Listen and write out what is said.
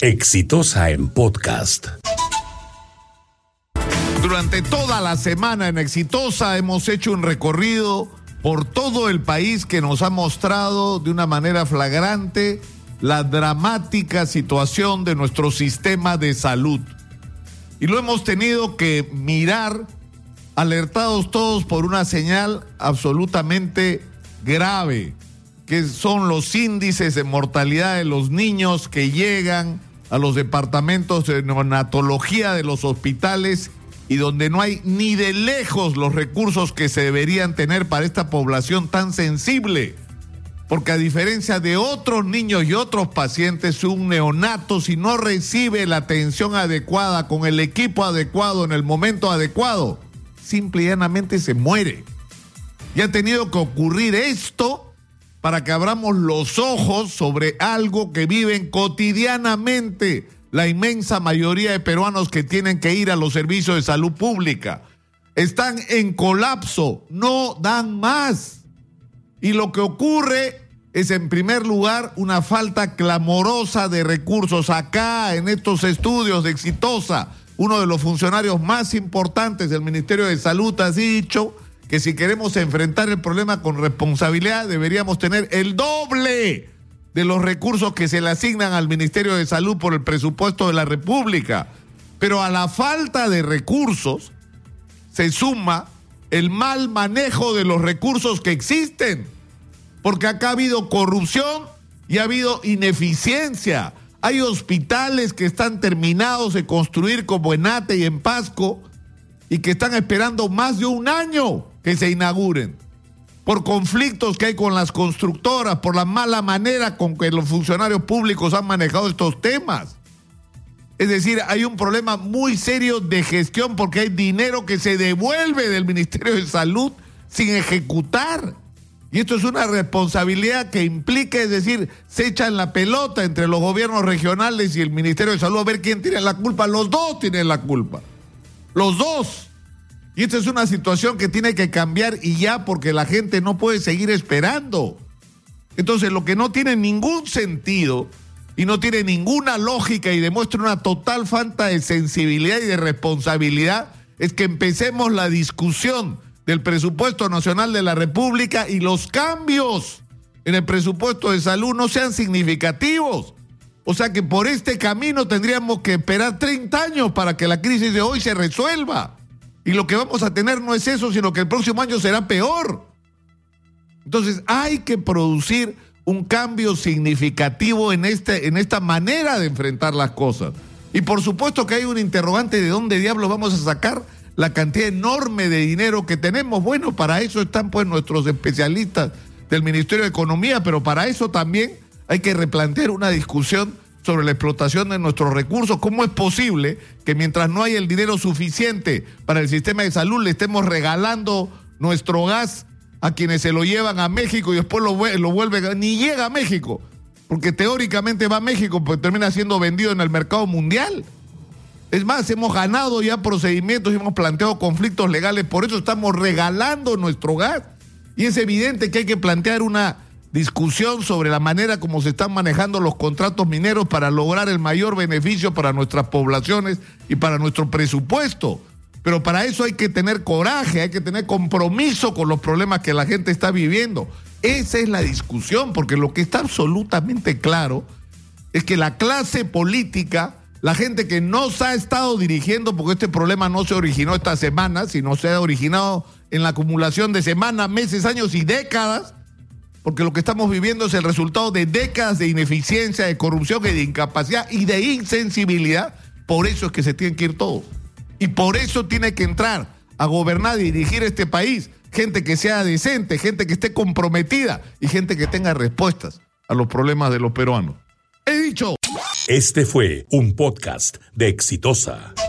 Exitosa en podcast. Durante toda la semana en Exitosa hemos hecho un recorrido por todo el país que nos ha mostrado de una manera flagrante la dramática situación de nuestro sistema de salud. Y lo hemos tenido que mirar alertados todos por una señal absolutamente grave, que son los índices de mortalidad de los niños que llegan a los departamentos de neonatología de los hospitales y donde no hay ni de lejos los recursos que se deberían tener para esta población tan sensible. Porque a diferencia de otros niños y otros pacientes, un neonato, si no recibe la atención adecuada, con el equipo adecuado, en el momento adecuado, simple y llanamente se muere. Y ha tenido que ocurrir esto para que abramos los ojos sobre algo que viven cotidianamente la inmensa mayoría de peruanos que tienen que ir a los servicios de salud pública. Están en colapso, no dan más. Y lo que ocurre es, en primer lugar, una falta clamorosa de recursos. Acá, en estos estudios de Exitosa, uno de los funcionarios más importantes del Ministerio de Salud ha dicho que si queremos enfrentar el problema con responsabilidad, deberíamos tener el doble de los recursos que se le asignan al Ministerio de Salud por el presupuesto de la República. Pero a la falta de recursos se suma el mal manejo de los recursos que existen, porque acá ha habido corrupción y ha habido ineficiencia. Hay hospitales que están terminados de construir como en Ate y en Pasco y que están esperando más de un año que se inauguren, por conflictos que hay con las constructoras, por la mala manera con que los funcionarios públicos han manejado estos temas. Es decir, hay un problema muy serio de gestión porque hay dinero que se devuelve del Ministerio de Salud sin ejecutar. Y esto es una responsabilidad que implica, es decir, se echan la pelota entre los gobiernos regionales y el Ministerio de Salud a ver quién tiene la culpa. Los dos tienen la culpa. Los dos. Y esta es una situación que tiene que cambiar y ya, porque la gente no puede seguir esperando. Entonces, lo que no tiene ningún sentido y no tiene ninguna lógica y demuestra una total falta de sensibilidad y de responsabilidad es que empecemos la discusión del presupuesto nacional de la República y los cambios en el presupuesto de salud no sean significativos. O sea que por este camino tendríamos que esperar 30 años para que la crisis de hoy se resuelva. Y lo que vamos a tener no es eso, sino que el próximo año será peor. Entonces hay que producir un cambio significativo en esta manera de enfrentar las cosas. Y por supuesto que hay un interrogante de dónde diablos vamos a sacar la cantidad enorme de dinero que tenemos. Bueno, para eso están pues nuestros especialistas del Ministerio de Economía, pero para eso también hay que replantear una discusión sobre la explotación de nuestros recursos. ¿Cómo es posible que mientras no hay el dinero suficiente para el sistema de salud le estemos regalando nuestro gas a quienes se lo llevan a México y después lo vuelven, ni llega a México, porque teóricamente va a México, pues termina siendo vendido en el mercado mundial? Es más, hemos ganado ya procedimientos y hemos planteado conflictos legales, por eso estamos regalando nuestro gas. Y es evidente que hay que plantear una discusión sobre la manera como se están manejando los contratos mineros para lograr el mayor beneficio para nuestras poblaciones y para nuestro presupuesto. Pero para eso hay que tener coraje, hay que tener compromiso con los problemas que la gente está viviendo. Esa es la discusión, porque lo que está absolutamente claro es que la clase política, la gente que nos ha estado dirigiendo, porque este problema no se originó esta semana, sino se ha originado en la acumulación de semanas, meses, años y décadas, porque lo que estamos viviendo es el resultado de décadas de ineficiencia, de corrupción y de incapacidad y de insensibilidad. Por eso es que se tienen que ir todos. Y por eso tiene que entrar a gobernar y dirigir este país gente que sea decente, gente que esté comprometida y gente que tenga respuestas a los problemas de los peruanos. He dicho. Este fue un podcast de Exitosa.